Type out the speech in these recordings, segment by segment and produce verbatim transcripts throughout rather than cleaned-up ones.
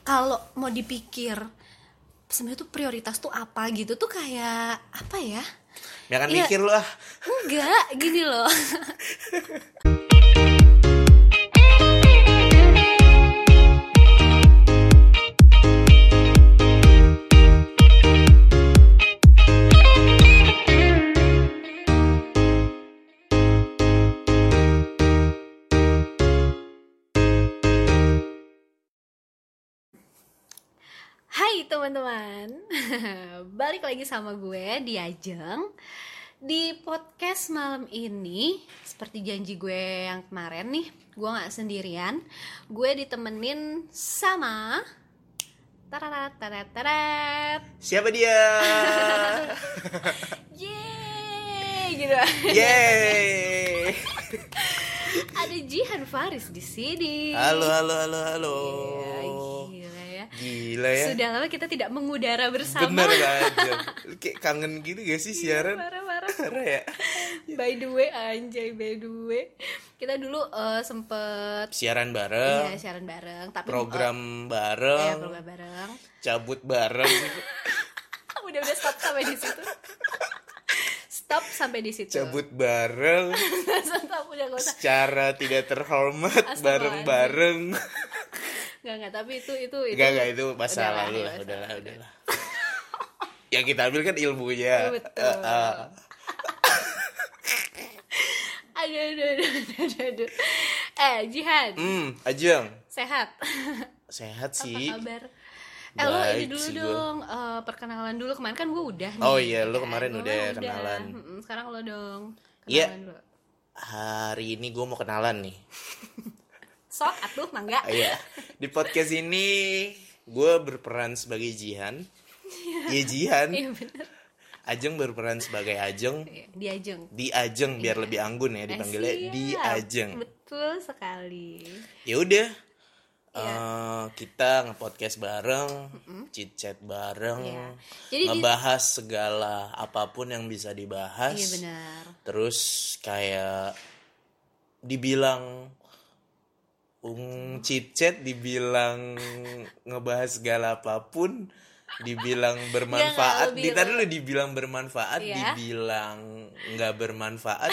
kalau mau dipikir sebenarnya tuh prioritas tuh apa gitu tuh kayak apa ya? Ya kan ya, mikir lu ah. Enggak, gini loh. Hai teman-teman, balik lagi sama gue di Ajeng. Di podcast malam ini, seperti janji gue yang kemarin nih, gue gak sendirian. Gue ditemenin sama tararat tararat tararat. Siapa dia? Yeay gitu. Yeay. Ada Jihan Faris di sini. Halo halo halo halo. Yeah, gila ya. Gila ya. Sudah lama kita tidak mengudara bersama. Bener aja. Kayak kangen gitu gak sih siaran? Parah-parah. Parah ya. By the way, anjay by the way, kita dulu uh, sempet siaran bareng. Iya, siaran bareng. Tapi program uh, bareng. Iya, program bareng. Cabut bareng. udah udah stop sampai di situ. Stop sampai di situ. Cabut bareng. Stop, udah gak usah. Secara tidak terhormat bareng-bareng. Enggak enggak, tapi itu itu itu. Enggak enggak itu masa lalu lah, udahlah, udahlah. Yang kita ambil kan ilmunya. Betul. Uh, uh. aduh, aduh, aduh, aduh, aduh. Eh, Jihan. Hmm, Ajeng. Sehat. Sehat sih. Apa kabar? Eh lo ini dulu dong, uh, perkenalan dulu. Kemarin kan gue udah nih. Oh iya, lo kemarin kan? udah udah kenalan. Hmm, sekarang lo dong, kenalan yeah. dulu. Hari ini gue mau kenalan nih. Sok, atuh, mangga. Iya, di podcast ini gue berperan sebagai Jihan. Iya Jihan. Iya bener. Ajeng berperan sebagai Ajeng. Di Ajeng. Di Ajeng biar iya. lebih anggun ya dipanggilnya. Siap. Di Ajeng. Betul sekali. Ya udah. Yeah. Uh, kita nge-podcast bareng, mm-hmm. chit-chat bareng, yeah. Jadi ngebahas di... segala apapun yang bisa dibahas. Iya benar. Terus kayak dibilang um, chit-chat, dibilang ngebahas segala apapun, dibilang bermanfaat. Kita dulu dibilang bermanfaat, yeah. Dibilang nggak bermanfaat.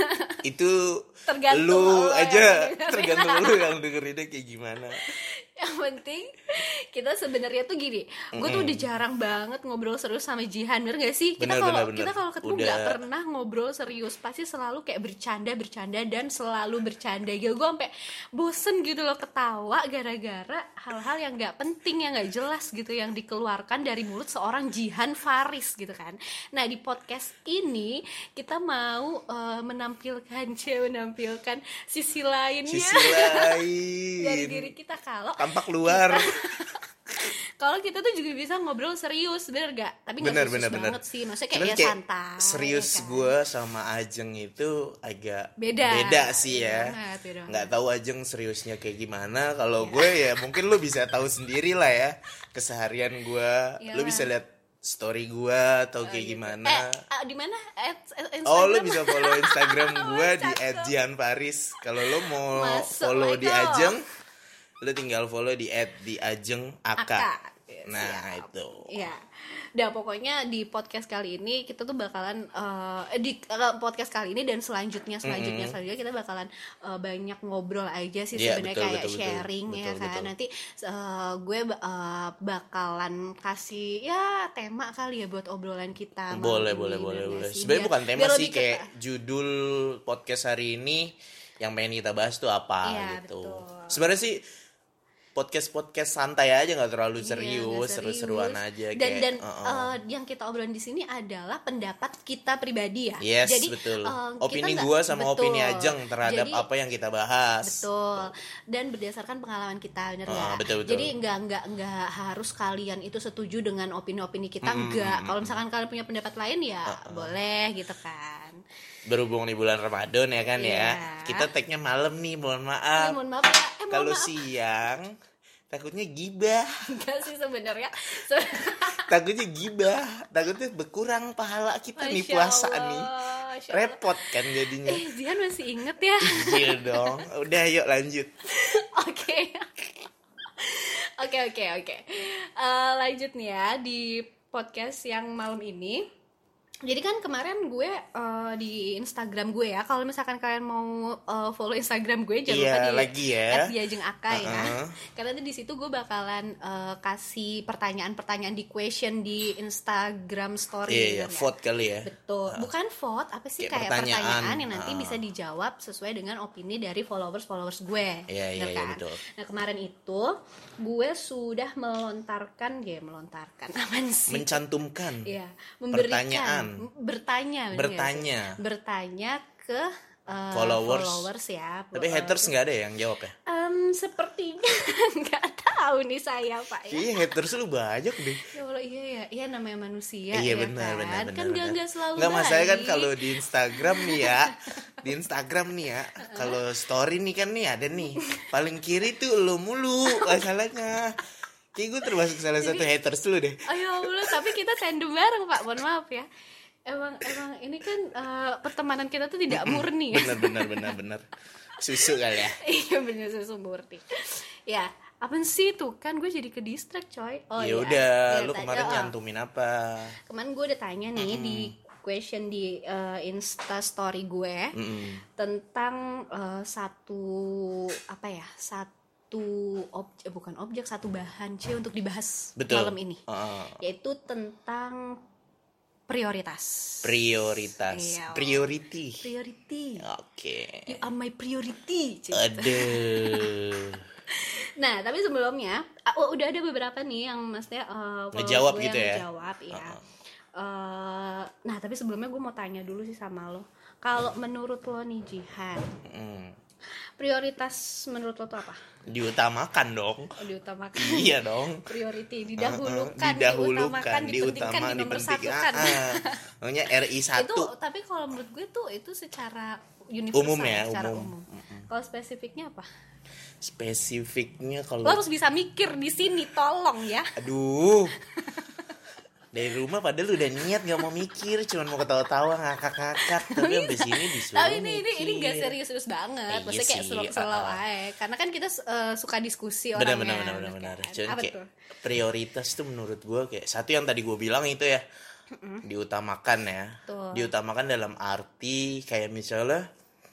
Itu tergantung lu aja, tergantung lu yang dengerinnya kayak gimana. Yang penting kita sebenarnya tuh gini, mm-hmm. gue tuh udah jarang banget ngobrol serius sama Jihan, bener gak sih? Kita kalau kita kalau ketemu nggak pernah ngobrol serius, pasti selalu kayak bercanda bercanda dan selalu bercanda gitu. Gue sampai bosen gitu loh ketawa gara-gara hal-hal yang nggak penting, yang nggak jelas gitu yang dikeluarkan dari mulut seorang Jihan Faris gitu kan. Nah di podcast ini kita mau uh, menampilkan cewek menampilkan sisi lainnya sisi lain dari diri kita kalau tampak luar. Kalau kita tuh juga bisa ngobrol serius, bener gak? Tapi nggak serius bener, banget bener. sih, maksudnya kayak ya kayak santai. Serius ya kan? Gue sama Ajeng itu agak beda, beda sih ya. Nggak tahu Ajeng seriusnya kayak gimana. Kalau ya. Gue ya mungkin lu bisa tahu sendiri lah ya keseharian gue. Lu bisa lihat story gue atau kayak gitu. gimana? Eh, di mana? Oh, lu bisa follow Instagram gue di et jihan faris. Kalau lu mau Masuk follow di Ajeng, lu tinggal follow di et di ajeng aka. Nah, siap. Itu. Iya. Dan pokoknya di podcast kali ini kita tuh bakalan uh, di uh, podcast kali ini dan selanjutnya selanjutnya mm-hmm. selanjutnya kita bakalan uh, banyak ngobrol aja sih yeah, sebenarnya kayak betul, sharing betul, ya betul, kan. Betul. Nanti uh, gue uh, bakalan kasih ya tema kali ya buat obrolan kita. Boleh, boleh, boleh, boleh. Sebenarnya bukan tema sih, kayak kita. Judul podcast hari ini yang pengen kita bahas tuh apa yeah, gitu. Sebenarnya sih podcast-podcast santai aja, nggak terlalu serius, iya, serius, seru-seruan aja. Dan kayak, dan uh-uh. uh, yang kita obrolin di sini adalah pendapat kita pribadi ya. Yes, jadi, betul. Uh, opini gue sama betul. Opini Ajeng terhadap jadi, apa yang kita bahas. Betul. Dan berdasarkan pengalaman kita, benar nggak? Uh, betul, betul. Jadi nggak nggak nggak harus kalian itu setuju dengan opini-opini kita, mm-hmm. nggak. Kalau misalkan kalian punya pendapat lain ya uh-uh. boleh gitu kan. Berhubung di bulan Ramadan ya kan yeah. ya. Kita tag-nya malam nih, mohon maaf. Ya, mohon maaf ya. Eh, Kalau siang takutnya gibah. Enggak sih sebenarnya. Takutnya gibah, takutnya berkurang pahala kita Masya nih puasa Allah. Nih. Repot kan jadinya. Eh, Jihan masih inget ya? Iya dong. Udah yuk lanjut. Oke. Oke oke oke. Eh, lanjut nih ya di podcast yang malam ini. Jadi kan kemarin gue uh, di Instagram gue ya, kalau misalkan kalian mau uh, follow Instagram gue jangan iya, lupa di lagi ya. at diajeng aka ya. Uh-uh. Karena di situ gue bakalan uh, kasih pertanyaan-pertanyaan di question di Instagram story. Iya, gitu iya, kan, vote kali ya. Betul. Bukan vote, apa sih kayak, kayak pertanyaan, pertanyaan yang nanti uh. bisa dijawab sesuai dengan opini dari followers-followers gue. Iya, iya, kan? iya, betul. Nah, kemarin itu gue sudah melontarkan, ya melontarkan apa sih? Mencantumkan. Iya, memberikan pertanyaan. bertanya bertanya bertanya ke uh, followers. followers ya. Tapi haters nggak ada yang jawab ya? Um, sepertinya nggak tahu nih saya Pak ya. Iya, haters lu banyak deh. Ya Allah, iya ya, iya namanya manusia. Iya, ya benar, kan? benar, Kan benar. nggak selalu. Nggak, masalahnya kan baik. kalau di Instagram nih ya, di Instagram nih ya, kalau story nih kan nih ada nih paling kiri tuh lu mulu masalahnya. Kayak gue termasuk salah Jadi, satu haters lu deh. Ayo Allah, tapi kita tandem bareng Pak, mohon maaf ya. Emang emang ini kan uh, pertemanan kita tuh tidak murni. Benar benar benar benar. Susu kali ya. Iya benar, susu murni. Ya, apa sih tuh kan gue jadi ke distract coy. Oh ya iya. udah, ya, lu kemarin oh. nyantumin apa? Kemarin gue udah tanya nih mm-hmm. di question di uh, Insta story gue mm-hmm. tentang uh, satu apa ya? Satu objek bukan objek satu bahan C untuk dibahas Betul. malam ini. Uh. Yaitu tentang prioritas. Prioritas. Iya. Priority. Priority. Oke. Okay. You are my priority. Aduh. Nah, tapi sebelumnya oh, udah ada beberapa nih yang maksudnya uh, ngejawab gitu yang ya. Ngejawab ya. Uh-uh. Uh, nah, tapi sebelumnya gue mau tanya dulu sih sama lo. Kalau menurut lo nih Jihan, mm. prioritas menurut lo tuh apa? Diutamakan dong. Oh, diutamakan. Iya dong. Priority didahulukan, uh-uh. didahulukan, diutamakan, diutama, dipersatukan. Namanya R I satu. Itu tapi kalau menurut gue tuh itu secara universal, umum ya, secara umum. umum. Uh-uh. Kalau spesifiknya apa? Spesifiknya kalau lo harus bisa mikir di sini, tolong ya. Aduh. Dari rumah padahal udah niat gak mau mikir, cuman mau ketawa-tawa ngakak-ngakak, tapi sampai sini disuruh tapi ini mikir. ini ini gak serius-serius banget, eh, maksudnya kayak slow-slow uh, aja. Karena kan kita uh, suka diskusi orangnya. Benar-benar benar-benar. Kan? Cuman kayak tuh? Prioritas tuh menurut gue kayak satu yang tadi gue bilang itu ya, mm-mm. diutamakan ya. Tuh. Diutamakan dalam arti kayak misalnya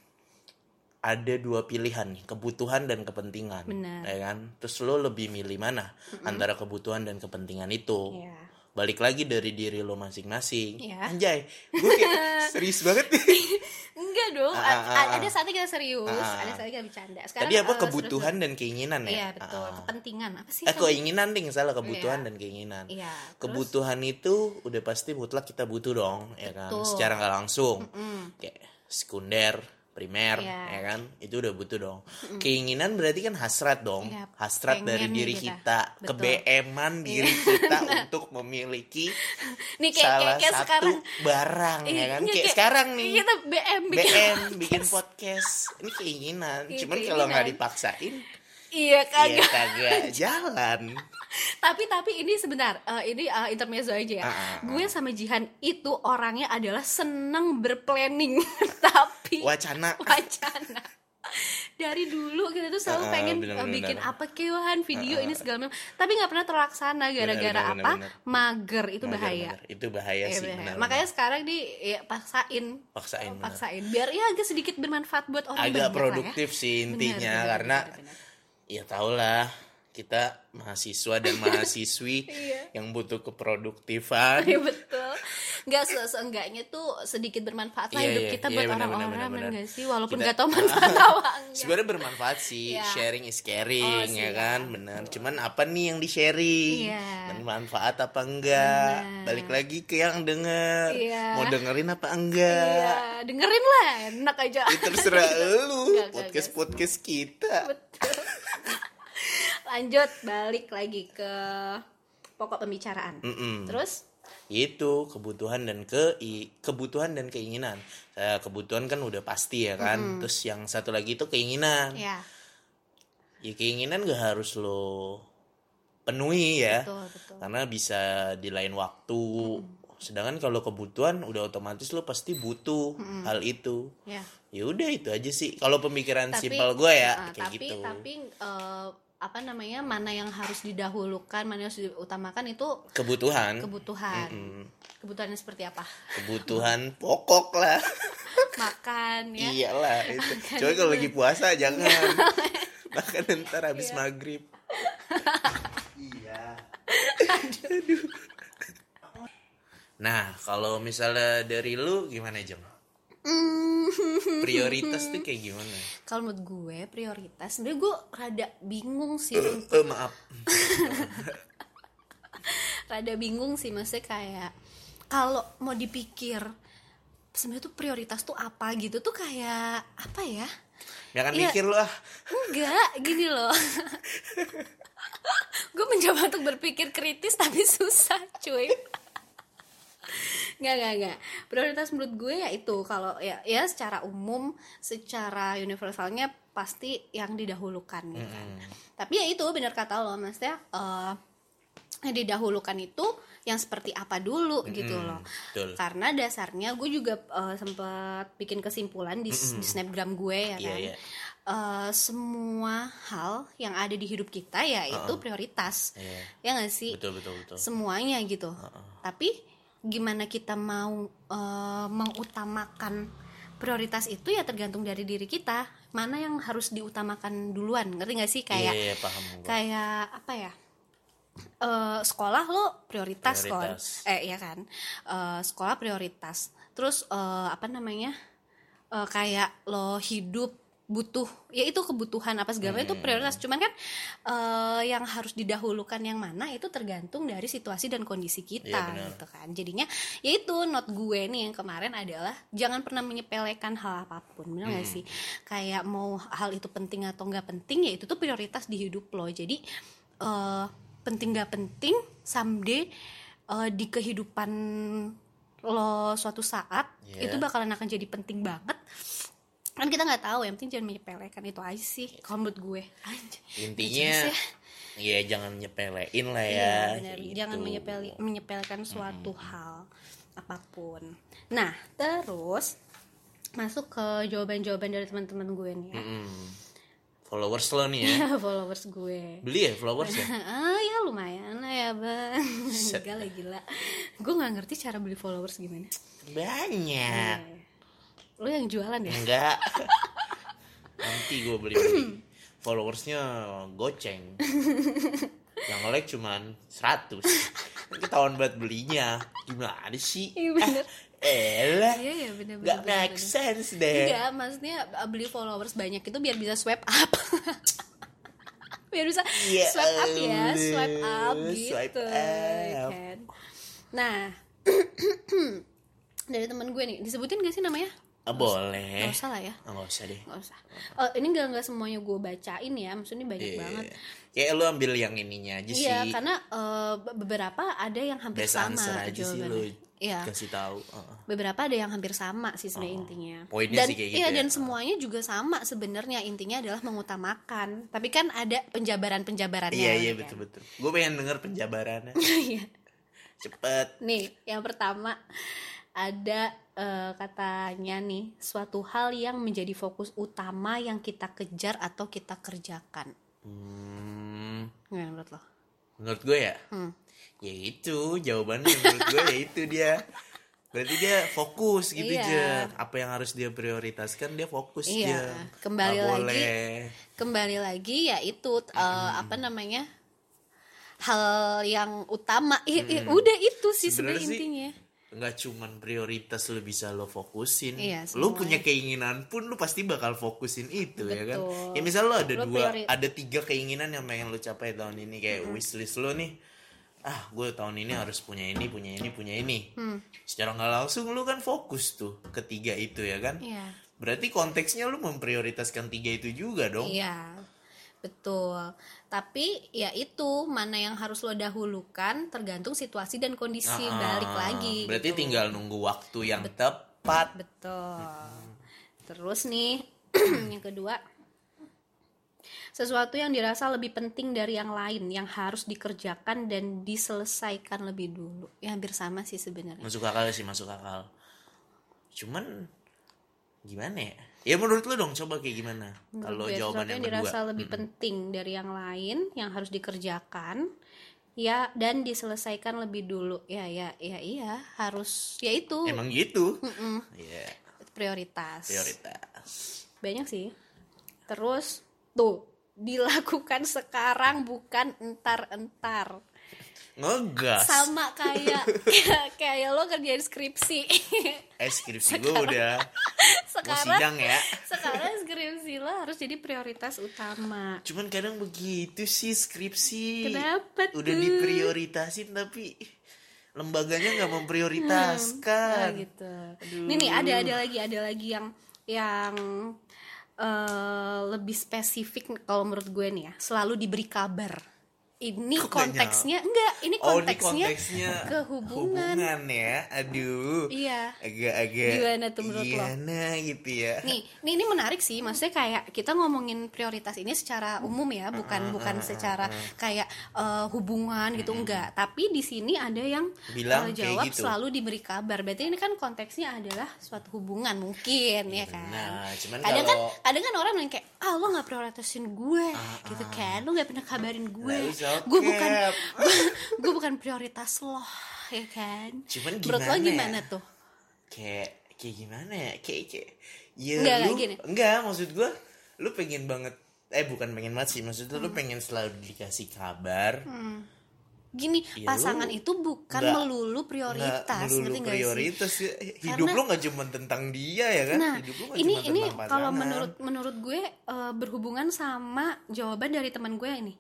ada dua pilihan nih, kebutuhan dan kepentingan. Benar. Ya kan? Terus lo lebih milih mana mm-mm. antara kebutuhan dan kepentingan itu? Yeah. Balik lagi dari diri lo masing-masing. Ya. Anjay, gue kayak serius banget nih. Enggak dong, ah, ah, ah. ada saatnya kita serius, ah, ada saatnya kita bercanda. Sekarang, tadi apa uh, kebutuhan seru-seru. Dan keinginan ya? Iya betul, ah. kepentingan apa sih? Eh keinginan ding, salah kebutuhan ya. Dan keinginan. Ya, kebutuhan itu udah pasti mutlak kita butuh dong, ya kan? Betul. Secara nggak langsung, Mm-mm. kayak sekunder, primer, yeah. ya kan, itu udah butuh dong. Mm-mm. Keinginan berarti kan hasrat dong, yeah, hasrat dari diri kita, kita. Ke B M-an diri kita untuk memiliki nih, kayak, salah kayak, kayak satu sekarang. Barang, ya kan, kayak, kayak sekarang nih, kita B M bikin, B M, bikin podcast, ini keinginan, iya, cuman kalau nggak dipaksain, iya kagak, iya, kagak jalan. tapi tapi ini sebentar, uh, ini uh, intermezzo aja ya. Uh, uh, uh. Gue sama Jihan itu orangnya adalah seneng berplanning, tapi wacana. Wacana. Dari dulu kita tuh selalu uh, pengen bener, uh, bikin bener. Apa kewahan video uh, uh. ini segala macam, tapi nggak pernah terlaksana gara-gara bener, apa? Bener, bener. Mager itu mager, bahaya. Bener. Itu bahaya ya, sih. Bener, makanya bener. Sekarang di ya, paksain, paksain, paksain, biar ya agak sedikit bermanfaat buat orang agak banyak produktif lah, ya. Sih intinya, bener, bener, karena bener, bener. Ya tau lah. Kita mahasiswa dan mahasiswi iya. yang butuh keproduktifan. Iya betul. Nggak seenggaknya tuh sedikit bermanfaat lah iya, hidup kita iya, buat iya, orang-orang, bener nggak sih? Walaupun nggak tahu manfaat awalnya. Sebenarnya bermanfaat sih, yeah. sharing is caring, oh, ya kan, benar. Cuman apa nih yang di sharing? Yeah. Bermanfaat apa enggak? Bener. Balik lagi ke yang denger. Yeah. Mau dengerin apa enggak? Iya, dengerin lah, enak aja. Itu terserah lu. Podcast podcast kita. Betul. Lanjut, balik lagi ke pokok pembicaraan. Mm-mm. Terus itu kebutuhan dan ke kebutuhan dan keinginan. Saya kebutuhan kan udah pasti ya kan. Mm-hmm. Terus yang satu lagi itu keinginan. Yeah. Ya keinginan gak harus lo penuhi ya. Betul, betul. Karena bisa di lain waktu. Mm-hmm. Sedangkan kalau kebutuhan udah otomatis lo pasti butuh mm-hmm. hal itu. Yeah. Ya udah itu aja sih. Kalau pemikiran simpel gue ya uh, kayak tapi, gitu. Tapi uh, apa namanya, mana yang harus didahulukan, mana yang harus diutamakan itu kebutuhan. Kebutuhan. Mm-hmm. Kebutuhannya seperti apa? Kebutuhan pokok lah. Makan ya. Iyalah itu. Coba kalau lagi puasa jangan. Makan ntar habis iya. maghrib. Iya. Aduh. Nah, kalau misalnya dari lu gimana, Jeng? Prioritas tuh kayak gimana? Kalau menurut gue prioritas, sebenarnya gue rada bingung sih. Uh, uh, maaf. Rada bingung sih, maksudnya kayak kalau mau dipikir sebenarnya tuh prioritas tuh apa gitu tuh kayak apa ya? Ya kan ya, mikir lu ah. Enggak, gini loh. Gue mencoba untuk berpikir kritis tapi susah, cuy. Nggak, nggak, nggak. Prioritas menurut gue ya itu, kalau ya ya secara umum, secara universalnya pasti yang didahulukan gitu kan. Mm. Tapi ya itu benar kata lo, maksudnya uh, yang didahulukan itu yang seperti apa dulu mm-hmm. gitu loh. Betul. Karena dasarnya gue juga uh, sempat bikin kesimpulan di, mm-hmm. di snapgram gue ya kan. Yeah, yeah. Uh, semua hal yang ada di hidup kita ya uh-uh. itu prioritas. Yeah. Ya nggak sih? Betul, betul, betul. Semuanya gitu. Uh-uh. Tapi gimana kita mau uh, mengutamakan prioritas itu ya tergantung dari diri kita. Mana yang harus diutamakan duluan, ngerti gak sih? Kayak yeah, yeah, paham, kayak apa ya, uh, sekolah lo prioritas, prioritas. Kan eh ya kan uh, sekolah prioritas. Terus uh, apa namanya uh, kayak lo hidup butuh, ya itu kebutuhan apa segala hmm. itu prioritas. Cuman kan uh, yang harus didahulukan yang mana itu tergantung dari situasi dan kondisi kita ya, gitu kan. Jadinya ya itu not gue nih yang kemarin adalah jangan pernah menyepelekan hal apapun, benar nggak hmm. sih? Kayak mau hal itu penting atau nggak penting ya itu tuh prioritas di hidup lo. Jadi uh, penting nggak penting someday uh, di kehidupan lo suatu saat yeah. itu bakalan akan jadi penting banget. Kan kita nggak tahu, yang penting jangan menyepelekan itu aja sih kalau menurut gue. Anjay, intinya ya jangan nyepelein lah ya, iya, bener. Gitu. Jangan menyepele, menyepelekan suatu hmm. hal apapun. Nah terus masuk ke jawaban-jawaban dari teman-teman gue nih ya. hmm. Followers lo nih ya. Followers gue. Beli ya followers ya? Ah ya lumayan lah ya bang. Gila gila. Gue nggak ngerti cara beli followers gimana. Banyak. Nah, lo yang jualan ya? Enggak. Nanti gue beli-beli. Followersnya goceng. Yang like cuman seratus. Ketahuan banget belinya. Gimana sih? Iya bener. Eh, elah. Iya iya bener bener. Gak make bener. sense deh. Enggak, maksudnya beli followers banyak itu biar bisa swipe up. Biar bisa yeah, swipe up ya, swipe up gitu. Swipe up. Kan. Nah, dari temen gue nih, disebutin gak sih namanya? Oh, boleh. Gak usah lah ya. Oh, gak usah deh. Gak usah. Oh, ini gak, gak semuanya gue bacain ya. Maksudnya banyak yeah. banget. Kayak lu ambil yang ininya aja sih. Iya, karena uh, beberapa ada yang hampir Best sama aja sih lu iya. kasih tahu. Uh-uh. Beberapa ada yang hampir sama sih sebenarnya uh-uh. intinya. Poinnya dan, sih kayak gitu. Iya, ya. dan semuanya juga sama sebenarnya, intinya adalah mengutamakan. Tapi kan ada penjabaran-penjabarannya. Iya, iya kan? betul-betul. Gue pengen denger penjabarannya. Iya. Cepet. Nih, yang pertama ada uh, katanya nih, suatu hal yang menjadi fokus utama yang kita kejar atau kita kerjakan. Hmm. Gimana menurut lo? Menurut gue ya, hmm. ya itu jawabannya menurut gue ya itu dia. Berarti dia fokus gitu iya. aja. Apa yang harus dia prioritaskan dia fokus iya. aja. Kembali Gak lagi, boleh. kembali lagi ya itu uh, hmm. apa namanya, hal yang utama. Hmm. I, i, udah itu sih sebenarnya intinya. Nggak cuman prioritas lu bisa lo fokusin, iya, lu punya keinginan pun lu pasti bakal fokusin itu. Betul. Ya kan. Ya misal lu ada lu dua, priori- ada tiga keinginan yang pengen lu capai tahun ini kayak mm-hmm. wishlist lu nih. Ah, gue tahun ini harus punya ini, punya ini, punya ini. Hmm. Secara nggak langsung lu kan fokus tuh ketiga itu ya kan. Iya. Berarti konteksnya lu memprioritaskan tiga itu juga dong. Iya. Betul, tapi ya itu mana yang harus lo dahulukan tergantung situasi dan kondisi. Ah, balik lagi. Berarti gitu. Tinggal nunggu waktu yang Bet- tepat. Betul. Hmm. Terus nih yang kedua, sesuatu yang dirasa lebih penting dari yang lain yang harus dikerjakan dan diselesaikan lebih dulu. Ya hampir sama sih sebenarnya. Masuk akal sih, masuk akal. Cuman gimana ya? Ya menurut lu dong, coba kayak gimana? Kalau jawaban yang kedua, dirasa lebih hmm. penting dari yang lain yang harus dikerjakan, ya, dan diselesaikan lebih dulu. Ya, ya, ya, iya, harus, ya itu. Emang gitu. Yeah. Prioritas. Prioritas. Banyak sih. Terus tuh dilakukan sekarang bukan entar-entar. Ngegas. Sama kayak kayak, kayak lo kerjain skripsi. Eh skripsi gue udah sekarang, sidang ya. Sekarang skripsi lo harus jadi prioritas utama. Cuman kadang begitu sih skripsi. Kenapa tuh? Udah diprioritasin tapi lembaganya nggak memprioritaskan. Hmm, oh gitu. Aduh. Nih nih ada ada lagi ada lagi yang yang uh, lebih spesifik kalau menurut gue nih ya. Selalu diberi kabar. Ini Kok konteksnya banyak? Enggak, ini konteksnya, oh, ini konteksnya ke hubungan. Hubungan ya. Aduh. Iya. Agak-agak gimana tuh menurut lo? Gimana gitu ya. Nih, nih ini menarik sih. Maksudnya kayak kita ngomongin prioritas ini secara umum ya, bukan uh, bukan uh, secara uh, kayak uh, hubungan gitu uh, enggak. Tapi di sini ada yang bilang uh, jawab gitu. Selalu diberi kabar. Berarti ini kan konteksnya adalah suatu hubungan mungkin ya, ya kan. Nah, cuman kadang kalau... kan kadang kan orang bilang kayak, "Ah, lo enggak prioritasin gue." Uh, gitu kan. Lo enggak pernah kabarin gue. Nah, okay. Gue bukan gue bukan prioritas lo, ya kan? Cuman gimana? Menurut lo gimana ya? tuh? Kayak kayak gimana ya? Kayak kayak ya enggak, lu gini. enggak maksud gue lu pengen banget eh bukan pengen banget sih maksud hmm. lu pengen selalu dikasih kabar. Hmm. Gini, ya, pasangan itu bukan enggak, melulu prioritas, enggak melulu ngerti prioritas sih? Hidup Karena, lo nggak cuma tentang dia ya kan? Nah, Hidup lo gak ini cuma ini tentang kalau menurut menurut gue uh, berhubungan sama jawaban dari teman gue ini.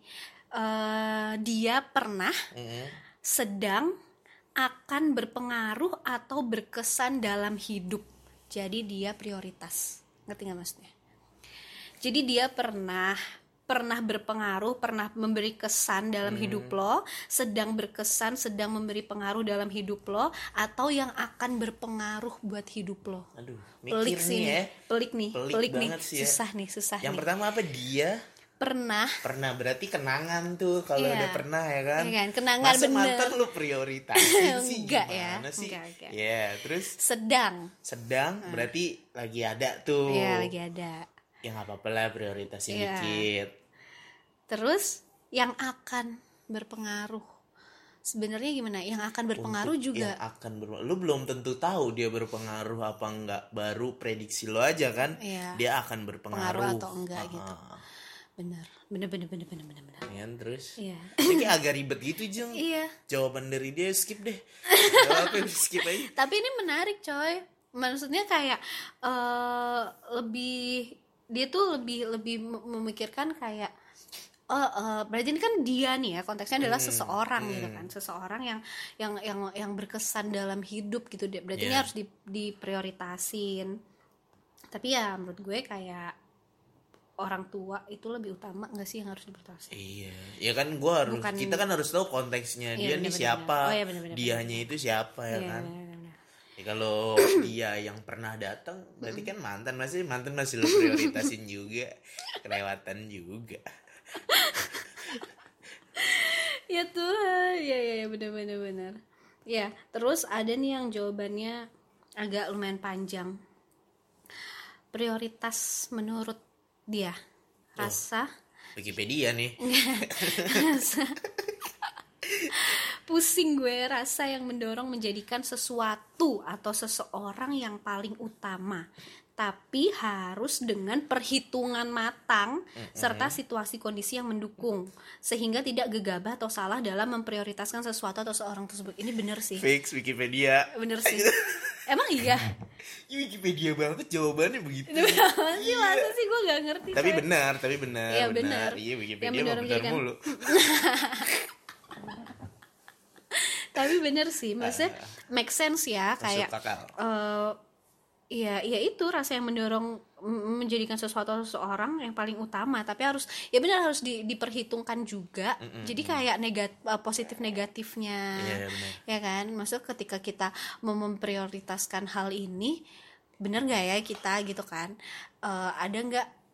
Uh, dia pernah, mm-hmm. sedang, akan berpengaruh atau berkesan dalam hidup. Jadi dia prioritas. Ngerti gak maksudnya? Jadi dia pernah pernah berpengaruh, pernah memberi kesan dalam hmm. hidup lo, sedang berkesan, sedang memberi pengaruh dalam hidup lo, atau yang akan berpengaruh buat hidup lo. Aduh, pelik sih ya. Pelik nih, pelik, pelik nih. Ya. Susah nih, susah yang nih. Yang pertama apa dia? Pernah. Pernah berarti kenangan tuh kalau iya. udah pernah ya kan? Iya kan? Kenangan masa bener. Masa mantan lu prioritasin sih enggak gimana ya? sih? Enggak, enggak. Ya, yeah, terus sedang. Sedang hmm. berarti lagi ada tuh. Iya, lagi ada. Ya enggak apa-apa lah prioritasin yeah. dikit. Terus yang akan berpengaruh. Sebenarnya gimana? Yang akan berpengaruh Untuk juga. Yang akan berpengaruh. Lu belum tentu tahu dia berpengaruh apa enggak, baru prediksi lo aja kan? Iya. Dia akan berpengaruh pengaruh atau enggak uh-huh. gitu. Benar, benar, benar, benar, benar, benar, benar. Ya, terus? Iya. Ini kayak agak ribet gitu, Jeng. Iya. Jawaban dari dia skip deh. Jawabnya skip aja. Tapi ini menarik, coy. Maksudnya kayak uh, lebih dia tuh lebih lebih memikirkan kayak oh uh, berarti ini kan dia nih ya, konteksnya adalah hmm, seseorang hmm. gitu kan, seseorang yang yang yang yang berkesan dalam hidup gitu. Berarti yeah. ini harus di, diprioritasin. Tapi ya menurut gue kayak orang tua itu lebih utama nggak sih yang harus diprioritasin? Iya, ya kan gue harus Bukan, kita kan harus tahu konteksnya dia iya, bener, nih bener, siapa, bener. Oh, iya, bener, bener, dianya bener. itu siapa ya iya, kan? Bener, bener. Ya, kalau dia yang pernah datang, berarti kan mantan masih mantan masih lo prioritasin juga, kelewatan juga. Ya Tuhan, ya ya ya benar benar benar. Ya, terus ada nih yang jawabannya agak lumayan panjang. Prioritas menurut dia rasa oh, Wikipedia nih. rasa, pusing gue rasa yang mendorong menjadikan sesuatu atau seseorang yang paling utama, tapi harus dengan perhitungan matang mm-hmm. serta situasi kondisi yang mendukung, sehingga tidak gegabah atau salah dalam memprioritaskan sesuatu atau seorang tersebut. Ini bener sih. Fix Wikipedia. Bener sih. Emang iya? Wikipedia banget jawabannya begitu. Itu apa sih? Masa sih gue gak ngerti. Tapi kayak... benar, tapi benar. Iya benar. Iya Wikipedia benar menjadikan... mulu. Tapi bener sih, maksudnya make sense ya, kayak uh, iya, iya itu rasa yang mendorong menjadikan sesuatu seseorang yang paling utama, tapi harus ya benar harus di, diperhitungkan juga. Mm-mm. Jadi kayak negat, positif negatifnya, yeah, ya kan? Maksud ketika kita mau memprioritaskan hal ini, benar nggak ya kita gitu kan? Uh, ada nggak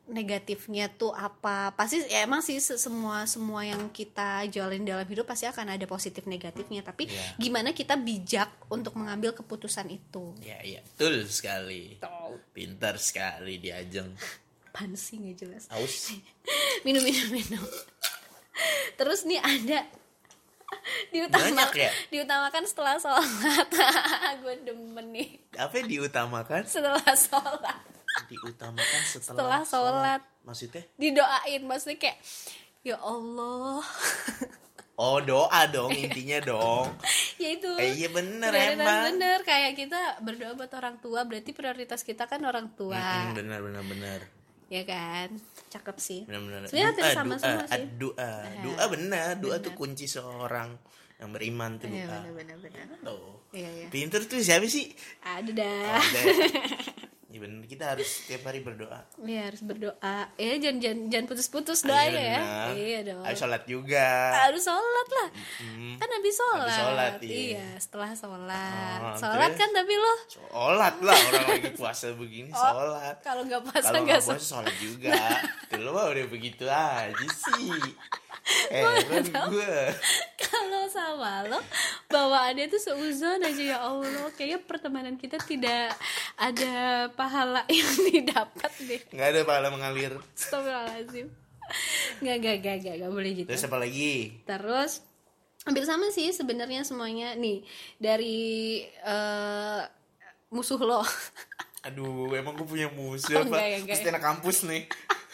negatifnya tuh apa. Pasti ya emang sih semua semua yang kita jalin dalam hidup pasti akan ada positif negatifnya, tapi yeah. gimana kita bijak untuk mengambil keputusan itu. Ya yeah, iya yeah. Betul sekali. Tol. Pintar sekali di Ajeng. Apaan sih nggak jelas. Aus. minum minum minum. Terus nih ada diutamakan ya? diutamakan setelah sholat. Gue demen nih. Apa diutamakan? Setelah sholat. Diutamakan setelah, setelah sholat. Maksudnya? Didoain, maksudnya kayak ya Allah. Oh doa dong intinya dong. Ya itu. Eh, iya bener emang. Bener kayak kita berdoa buat orang tua, berarti prioritas kita kan orang tua. Mm-hmm, bener bener bener. Ya kan, cakep sih. Benar-benar. Sebenarnya hampir sama-sama doa, sih. Doa, doa benar, doa bener. Tuh kunci seorang yang beriman tuh doa. Iya benar-benar. Tuh. Iya iya. Pinter tuh siapa sih? Ada dah. Oh, ada. Ya benar, kita harus tiap hari berdoa. Iya harus berdoa. Ya jangan jangan, jangan putus-putus doanya ya. Iya dong. Harus sholat juga. Harus sholat lah. Mm-hmm. Kan habis sholat. Habis sholat iya. iya. Setelah sholat. Oh, sholat kan tapi lo. Sholat lah orang lagi puasa begini oh, sholat. Kalau nggak puasa nggak puasa sholat juga. Tuh lo mah udah begitu aja sih. Eh kan gue. Kalau sama lo bawaannya tuh seuzon aja ya Allah. Kayaknya pertemanan kita tidak ada pahala yang didapat deh. Nggak ada pahala mengalir. Astagfirullahaladzim. Nggak nggak nggak nggak nggak boleh gitu. Terus apa lagi? Terus hampir sama sih sebenarnya semuanya nih dari uh, musuh lo. Aduh emang gue punya musuh apa? Oh, pasti anak kampus nih.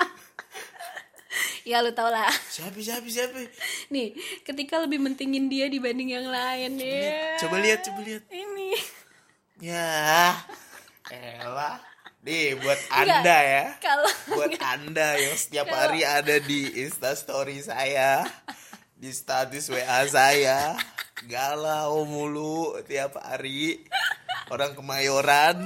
Ya lu tau lah. Siapa siapa siapa? Nih, ketika lebih mentingin dia dibanding yang lain ya. Coba lihat, coba lihat. Ini. Ya. Elah. Nih buat Anda enggak, ya. Kalau buat enggak. Anda yang setiap kalau... hari ada di Insta story saya, di status W A saya, galau mulu tiap hari. Orang Kemayoran.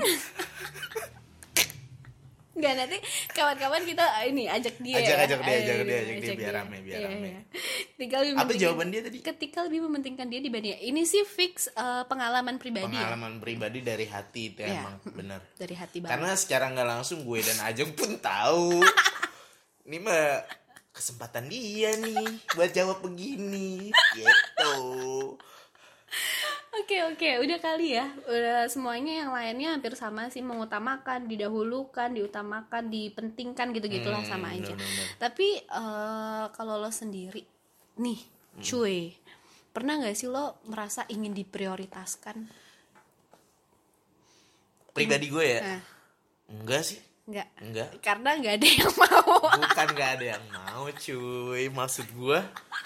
Enggak, nanti kawan-kawan kita ini ajak dia. Ajak ajak dia, ajak dia, ajak dia biar rame, biar iya, rame. Iya. Tinggal apa jawaban dia tadi? Ketika lebih mementingkan dia dibanding ini sih fix uh, pengalaman pribadi. Pengalaman ya? pribadi dari hati itu ya, emang benar. Dari hati banget. Karena secara nggak langsung gue dan Ajeng pun tahu. Ini mah kesempatan dia nih buat jawab begini, gitu. Oke oke, udah kali ya. Udah semuanya yang lainnya hampir sama sih, mengutamakan, didahulukan, diutamakan, dipentingkan gitu-gitulah hmm, sama aja. No, no, no. Tapi uh, kalau lo sendiri nih, hmm. cuy, pernah nggak sih lo merasa ingin diprioritaskan? Pribadi gue ya? Nah. Enggak sih. Enggak. Enggak. Karena nggak ada yang mau. Bukan nggak ada yang mau, cuy. Maksud gue,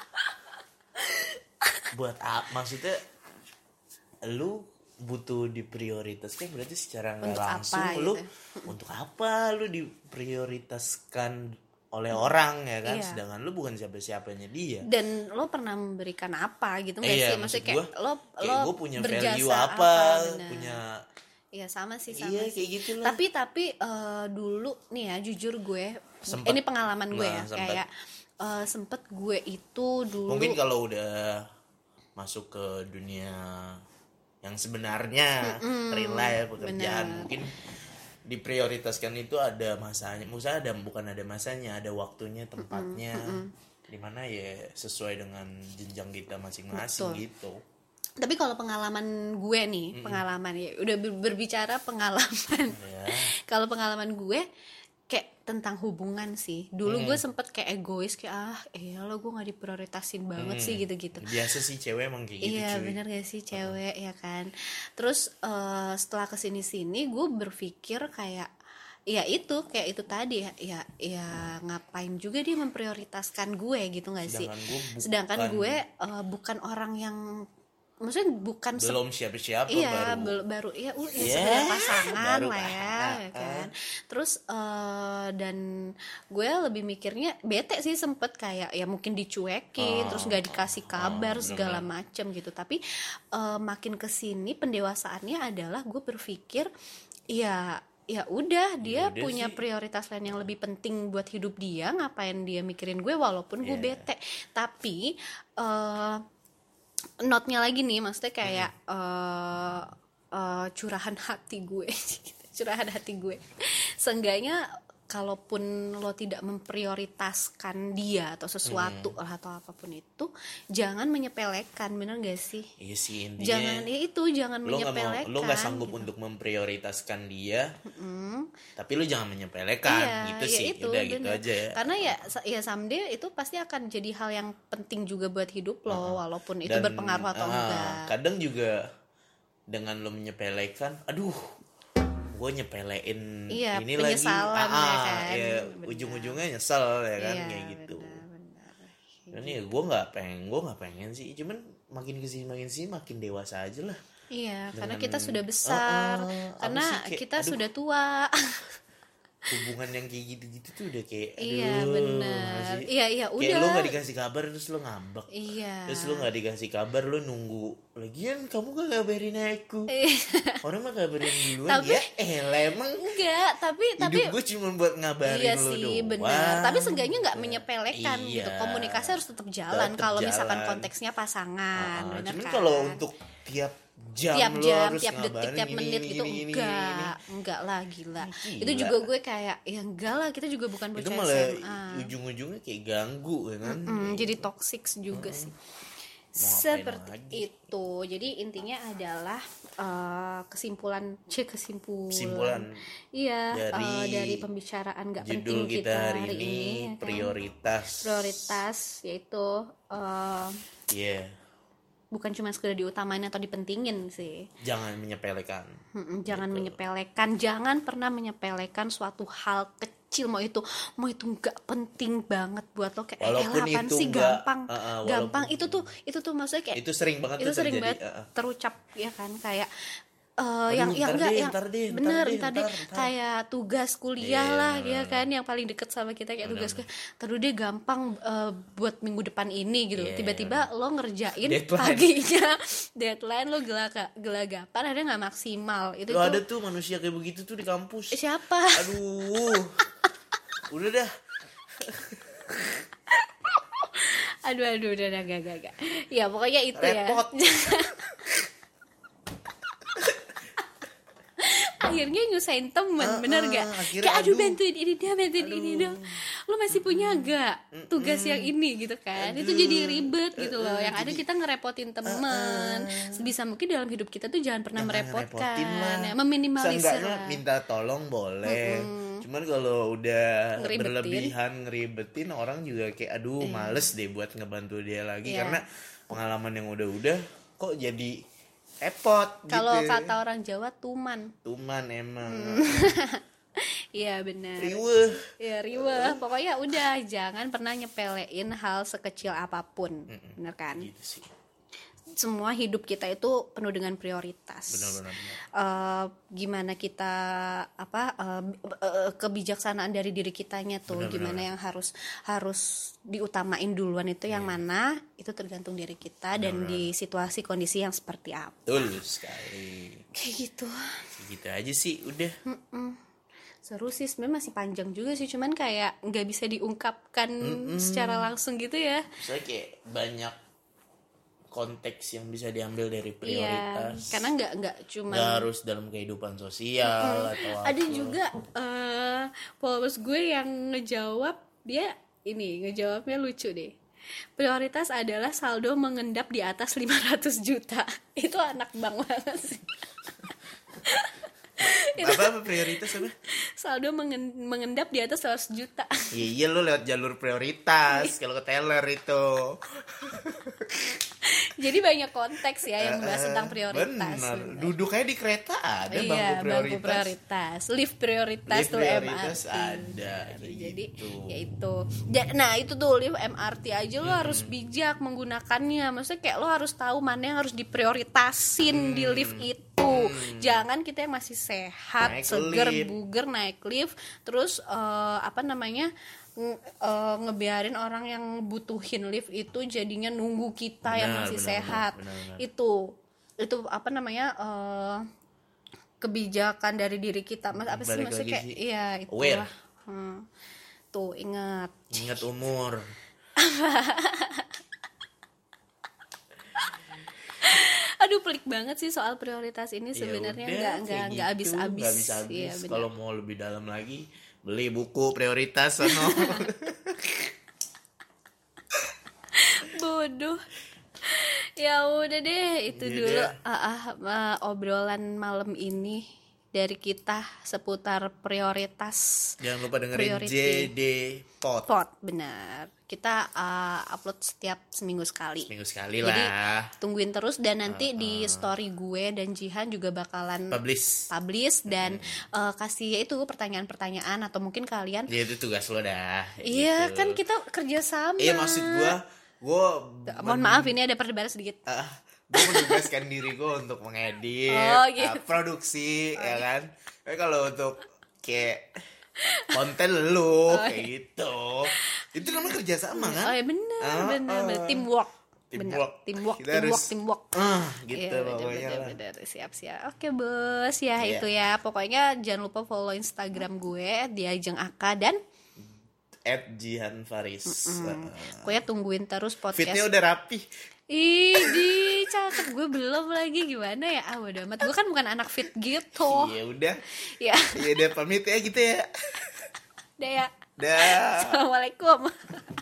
buat apa? Maksudnya lu butuh diprioritaskan berarti secara nggak langsung apa, lu gitu. Untuk apa lu diprioritaskan oleh orang ya kan, iya. Sedangkan lu bukan siapa-siapanya dia. Dan lo pernah memberikan apa gitu nggak eh, sih? Maksudnya kayak gua, lo kayak lo gue punya value apa, apa punya. Iya sama sih sama iya, sih. Kayak gitu lah. Tapi tapi uh, dulu nih ya jujur gue, sempet, ini pengalaman gue nah, ya sempet. kayak uh, sempet gue itu dulu. Mungkin kalau udah masuk ke dunia yang sebenarnya mm-hmm. real life pekerjaan bener. Mungkin diprioritaskan itu ada masanya, maksudnya ada bukan ada masanya, ada waktunya, tempatnya, mm-hmm. dimana ya sesuai dengan jenjang kita masing-masing. Betul. Gitu. Tapi kalau pengalaman gue nih, mm-hmm. pengalaman ya udah berbicara pengalaman. Yeah. Kalau pengalaman gue kayak tentang hubungan sih. Dulu hmm. gue sempet kayak egois kayak ah, eh lo gue nggak diprioritasin banget hmm. sih gitu-gitu. Biasa sih cewek emang kayak gitu. Iya benar gak sih cewek uh. ya kan. Terus uh, setelah kesini-sini gue berpikir kayak ya itu kayak itu tadi ya ya, ya ngapain juga dia memprioritaskan gue gitu nggak sih. Sedangkan gue bukan, Sedangkan gue uh, bukan orang yang maksudnya bukan belum siapa-siapa iya, baru baru iya uh, ya yeah, sebenarnya pasangan baru lah ya, uh, ya kan terus uh, dan gue lebih mikirnya bete sih sempet kayak ya mungkin dicuekin uh, terus nggak dikasih kabar uh, segala macem gitu. Tapi uh, makin kesini pendewasaannya adalah gue berpikir ya ya udah dia Yaudah punya sih. Prioritas lain yang lebih penting buat hidup dia, ngapain dia mikirin gue walaupun gue yeah. bete. Tapi uh, notnya lagi nih, maksudnya kayak hmm. uh, uh, curahan hati gue, curahan hati gue. Seenggaknya kalaupun lo tidak memprioritaskan dia atau sesuatu hmm. atau apapun itu, jangan menyepelekan, bener gak sih? Iya sih, intinya jangan ya itu jangan lo menyepelekan. Gak mau, lo nggak sanggup gitu. Untuk memprioritaskan dia, hmm. tapi lo jangan menyepelekan, iya, gitu ya sih, itu, udah bener. Gitu aja ya. Karena ya ya someday itu pasti akan jadi hal yang penting juga buat hidup lo, uh, walaupun itu Dan, berpengaruh atau uh, enggak. Kadang juga dengan lo menyepelekan, aduh. Gue nyepelein iya, ini lagi ah, ya kan? Ya, ujung-ujungnya nyesel ya kan, iya, kayak gitu. Benar, benar. Dan ya gue nggak pengen, gue nggak pengen sih, cuman makin kesini makin sini makin dewasa aja lah. Iya, dengan, karena kita sudah besar, uh, uh, karena sih, kayak, kita aduh, sudah tua. Hubungan yang kayak gitu-gitu tuh udah kayak aduh, iya benar iya iya udah kayak lo nggak dikasih kabar terus lo ngambek, iya terus lo nggak dikasih kabar lo nunggu lagian kamu gak kabarin aku. Orang mah kabarin duluan. Tapi, ya eh emang enggak tapi hidup tapi gue cuma buat ngabarin iya lo sih, doang benar. Tapi seenggaknya nggak menyepelekan iya, gitu, komunikasi harus tetap jalan kalau misalkan konteksnya uh, pasangan, benar cuman kan? Kalau untuk tiap jam tiap lo jam, harus tiap detik, tiap gini, menit gini, gitu gini, enggak, gini. enggak lah gila. Gila. Itu juga gue kayak ya enggak lah, kita juga bukan bocah itu malah S M A. Ujung-ujungnya kayak ganggu kan. Mm-mm, jadi toxic juga hmm. sih. Seperti itu. Jadi intinya adalah uh, kesimpulan, c kesimpulan. Kesimpulan. Iya, dari, uh, dari pembicaraan enggak penting kita, kita hari ini, ini ya kan? prioritas. Prioritas yaitu uh, yeah. bukan cuma sekedar diutamain atau dipentingin sih. Jangan menyepelekan. Mm-mm, jangan gitu. menyepelekan, jangan pernah menyepelekan suatu hal kecil, mau itu mau itu nggak penting banget buat lo kayak eh apaan sih enggak, gampang, uh, uh, gampang itu tuh itu tuh maksudnya kayak itu sering banget itu sering terjadi, banget uh, uh. terucap ya kan kayak Uh, Aduh, yang yang enggak deh, yang ntar deh, bener ntar ntar deh kayak tugas kuliah yeah. lah dia kan yang paling deket sama kita kayak tugas kuliah terus dia gampang uh, buat minggu depan ini gitu yeah. tiba-tiba lo ngerjain deadline. Paginya deadline lo gelaka, gelagapan ada nggak maksimal itu lo tuh, ada tuh manusia kayak begitu tuh di kampus siapa aduh udah dah aduh aduh udah udah gak gak gak ya pokoknya itu repot. Ya akhirnya nyusahin temen, uh, bener gak? Kayak aduh bantuin ini dia, bantuin aduh. Ini dong. Lo masih punya gak tugas yang ini gitu kan? Aduh. Itu jadi ribet gitu loh. Yang ada kita ngerepotin temen. Sebisa mungkin dalam hidup kita tuh jangan pernah jangan merepotkan, ya, meminimalisir. Seenggaknya minta tolong boleh. Mm-hmm. Cuman kalau udah ngeribetin. berlebihan ngeribetin orang juga kayak aduh eh. males deh buat ngebantu dia lagi yeah. karena pengalaman yang udah-udah kok jadi repot kalau gitu. Kata orang Jawa tuman tuman emang iya benar riweh ya riweh pokoknya udah jangan pernah nyepelein hal sekecil apapun. Mm-mm. Bener kan gitu sih. Semua hidup kita itu penuh dengan prioritas. Benar-benar. Uh, gimana kita apa uh, uh, kebijaksanaan dari diri kitanya tuh, benar-benar. Gimana yang harus harus diutamain duluan itu yang yeah. mana itu tergantung diri kita dan di situasi kondisi yang seperti apa. Betul sekali. Kayak gitu. Gitu aja sih udah. Mm-mm. Seru sih sebenarnya masih panjang juga sih cuman kayak nggak bisa diungkapkan Mm-mm. secara langsung gitu ya. Soalnya kayak banyak konteks yang bisa diambil dari prioritas. Iya, karena nggak nggak cuma nggak harus dalam kehidupan sosial mm-hmm. atau apa. Ada juga uh, followers gue yang ngejawab dia ini ngejawabnya lucu deh. Prioritas adalah saldo mengendap di atas lima ratus juta. Itu anak bang banget sih. Apa, apa prioritas apa? Saldo mengen- mengendap di atas seratus juta. Iya, iya lo lewat jalur prioritas kalau ke teller itu. Jadi banyak konteks ya yang membahas tentang prioritas. Benar. Duduknya di kereta ada iya, bangku prioritas. Bangku prioritas. Lift prioritas lift tuh prioritas M R T. Ada. Jadi gitu. ya itu. Nah, itu tuh lift M R T aja lo hmm. harus bijak menggunakannya. Maksudnya kayak lo harus tahu mana yang harus diprioritasin hmm. di lift itu. Hmm. Jangan kita yang masih sehat, naik seger, lift. buger naik lift terus uh, apa namanya? Uh, ngebiarin orang yang butuhin lift itu jadinya nunggu kita benar, yang masih benar, sehat benar, benar, benar. itu itu apa namanya uh, kebijakan dari diri kita mas apa sih maksudnya kayak iya itu hmm. tuh ingat ingat umur aduh pelik banget sih soal prioritas ini sebenarnya nggak nggak nggak gitu, habis-habis ya, kalau mau lebih dalam lagi Beli buku prioritas sono. Bodoh. Ya udah deh, itu ya dulu uh, uh, uh, obrolan malam ini dari kita seputar prioritas. Jangan lupa dengerin J D Pod. Pod, benar. Kita uh, upload setiap seminggu sekali. Seminggu sekali lah. Jadi tungguin terus dan nanti uh, uh. di story gue dan Jihan juga bakalan publish. Publish dan hmm. uh, kasih ya itu pertanyaan-pertanyaan atau mungkin kalian. Ya itu tugas lo dah. Iya, gitu. Kan kita kerja sama. Iya, maksud gue, gue mohon men- maaf ini ada perdebatan sedikit. Uh, gue menugaskan diri gue untuk mengedit, oh, gitu. uh, produksi, oh, ya kan. Tapi kalau untuk kayak konten lu oh, kayak gitu, itu namanya kerjasama kan? Oh ya benar, uh, benar, uh, benar. Teamwork. Teamwork, teamwork, teamwork, teamwork. Ah, gitu ya, pokoknya. Bener, bener, siap, siap. Oke bos, ya yeah. Itu ya. Pokoknya jangan lupa follow Instagram gue di Ajeng Aka dan at Jihan Faris. Uh. Pokoknya tungguin terus podcast. Fitnya udah rapi. Ih, cakep. Gue belum lagi, gimana ya? Ah, bodo amat. Gue kan bukan anak fit gitu. Iya udah. Ya. Iya udah pamit ya gitu ya. Udah ya. Dah. Assalamualaikum.